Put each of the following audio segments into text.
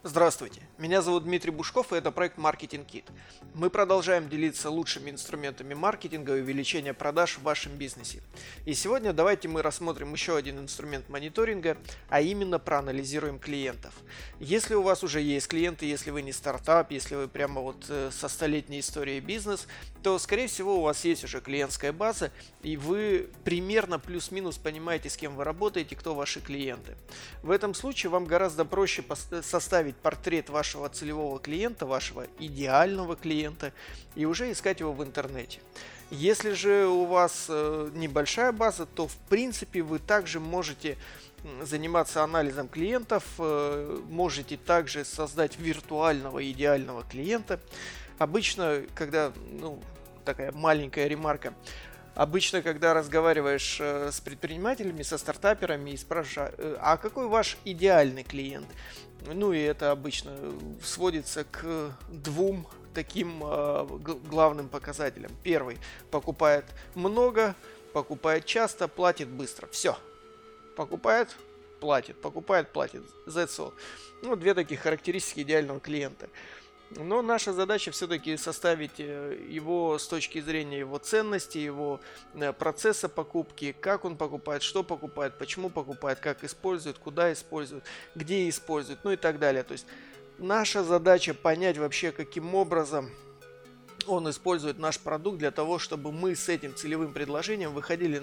Здравствуйте, меня зовут Дмитрий Бушков, и это проект Marketing Kit. Мы продолжаем делиться лучшими инструментами маркетинга и увеличения продаж в вашем бизнесе. И сегодня давайте мы рассмотрим еще один инструмент мониторинга, а именно проанализируем клиентов. Если у вас уже есть клиенты, если вы не стартап, если вы прямо со столетней историей бизнес, то скорее всего у вас есть уже клиентская база, и вы примерно плюс-минус понимаете, с кем вы работаете, кто ваши клиенты. В этом случае вам гораздо проще составить портрет вашего целевого клиента, вашего идеального клиента, и уже искать его в интернете. Если же у вас небольшая база, то в принципе вы также можете заниматься анализом клиентов, можете также создать виртуального идеального клиента. Обычно, такая маленькая ремарка, обычно, когда разговариваешь с предпринимателями, со стартаперами и спрашиваешь, а какой ваш идеальный клиент? И это обычно сводится к двум таким главным показателям. Первый – покупает много, покупает часто, платит быстро. Все. Покупает, платит, покупает, платит. That's all. Две таких характеристики идеального клиента. Но наша задача все-таки составить его с точки зрения его ценности, его процесса покупки, как он покупает, что покупает, почему покупает, как использует, куда использует, где использует, и так далее. То есть наша задача понять вообще, каким образом он использует наш продукт для того, чтобы мы с этим целевым предложением выходили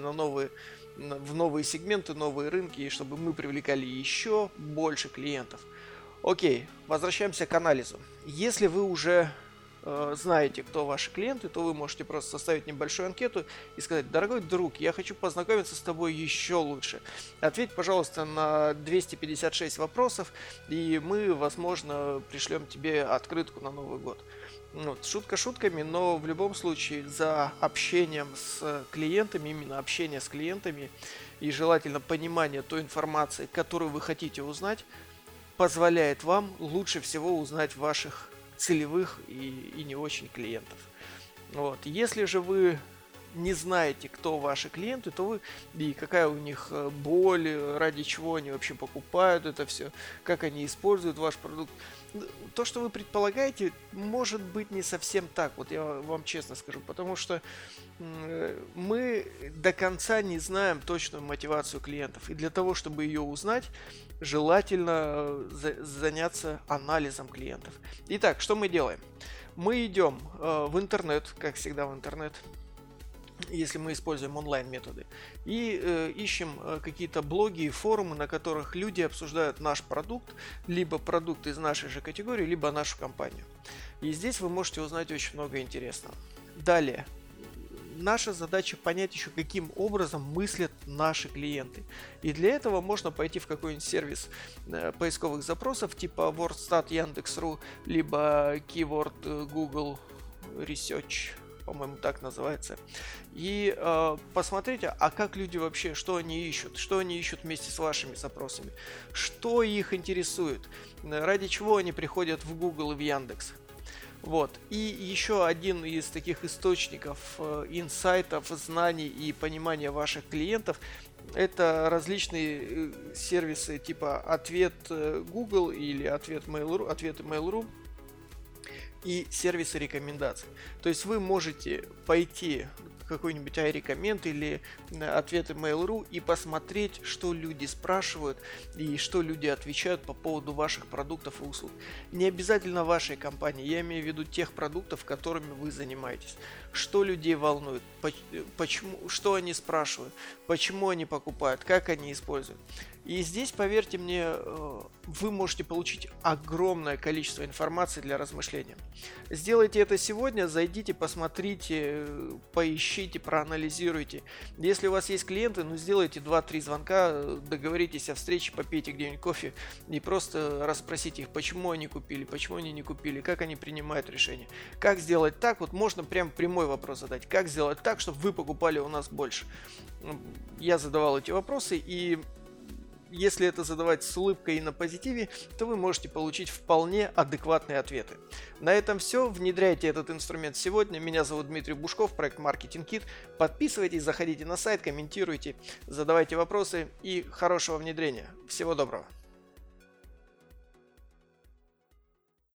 в новые сегменты, новые рынки, и чтобы мы привлекали еще больше клиентов. Окей, возвращаемся к анализу. Если вы уже знаете, кто ваши клиенты, то вы можете просто составить небольшую анкету и сказать: дорогой друг, я хочу познакомиться с тобой еще лучше. Ответь, пожалуйста, на 256 вопросов, и мы, возможно, пришлем тебе открытку на Новый год. Шутка шутками, но в любом случае за общением с клиентами, именно общение с клиентами и желательно понимание той информации, которую вы хотите узнать, позволяет вам лучше всего узнать ваших целевых и не очень клиентов. Если же вы не знаете, кто ваши клиенты, то вы и какая у них боль, ради чего они вообще покупают это все, как они используют ваш продукт. То, что вы предполагаете, может быть не совсем так, я вам честно скажу, потому что мы до конца не знаем точную мотивацию клиентов. И для того, чтобы ее узнать, желательно заняться анализом клиентов. Итак, что мы делаем? Мы идем в интернет, как всегда в интернет, если мы используем онлайн-методы, и ищем какие-то блоги и форумы, на которых люди обсуждают наш продукт, либо продукт из нашей же категории, либо нашу компанию. И здесь вы можете узнать очень много интересного. Далее. Наша задача понять еще, каким образом мыслят наши клиенты. И для этого можно пойти в какой-нибудь сервис поисковых запросов типа WordStat, Яндекс.ру, либо Keyword Google Research, по-моему, так называется. И посмотрите, а как люди вообще, что они ищут вместе с вашими запросами, что их интересует, ради чего они приходят в Google и в Яндекс. И еще один из таких источников инсайтов, знаний и понимания ваших клиентов — это различные сервисы типа ответ Google или ответы Mail.ru и сервисы рекомендаций. То есть вы можете пойти какой-нибудь iRecommend или ответы Mail.ru и посмотреть, что люди спрашивают и что люди отвечают по поводу ваших продуктов и услуг. Не обязательно вашей компании, я имею в виду тех продуктов, которыми вы занимаетесь. Что людей волнует, что они спрашивают, почему они покупают, как они используют. И здесь, поверьте мне, вы можете получить огромное количество информации для размышления. Сделайте это сегодня, зайдите, посмотрите, поищите, проанализируйте. Если у вас есть клиенты, сделайте 2-3 звонка, договоритесь о встрече, попейте где-нибудь кофе и просто расспросите их, почему они купили, почему они не купили, как они принимают решения. Как сделать так, можно прям прямой вопрос задать, как сделать так, чтобы вы покупали у нас больше. Я задавал эти вопросы, и если это задавать с улыбкой и на позитиве, то вы можете получить вполне адекватные ответы. На этом все. Внедряйте этот инструмент сегодня. Меня зовут Дмитрий Бушков, проект Marketing Kit. Подписывайтесь, заходите на сайт, комментируйте, задавайте вопросы и хорошего внедрения. Всего доброго.